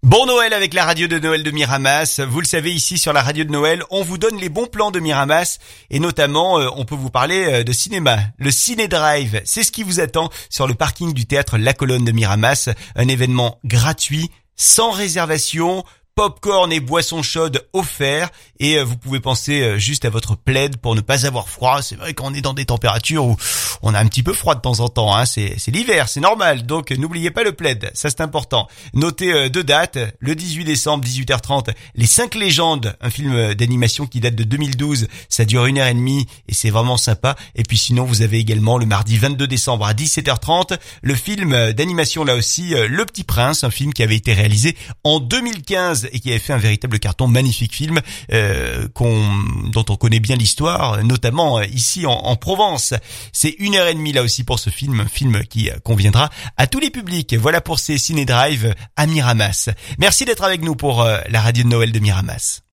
Bon Noël avec la radio de Noël de Miramas. Vous le savez, ici sur la radio de Noël, on vous donne les bons plans de Miramas et notamment on peut vous parler de cinéma. Le Ciné Drive, c'est ce qui vous attend sur le parking du théâtre La Colonne de Miramas, un événement gratuit, sans réservation, popcorn et boissons chaudes offerts et vous pouvez penser juste à votre plaid pour ne pas avoir froid. C'est vrai qu'on est dans des températures où on a un petit peu froid de temps en temps, hein. C'est l'hiver, c'est normal. Donc n'oubliez pas le plaid, ça c'est important. Notez deux dates, le 18 décembre 18h30, Les 5 légendes, un film d'animation qui date de 2012, ça dure 1h30 et c'est vraiment sympa. Et puis sinon vous avez également le mardi 22 décembre à 17h30, le film d'animation là aussi, Le Petit Prince, un film qui avait été réalisé en 2015 et qui avait fait un véritable carton, magnifique film dont on connaît bien l'histoire, notamment ici en Provence. C'est 1h30 là aussi pour ce film, un film qui conviendra à tous les publics. Voilà pour ces Ciné Drive à Miramas. Merci d'être avec nous pour la radio de Noël de Miramas.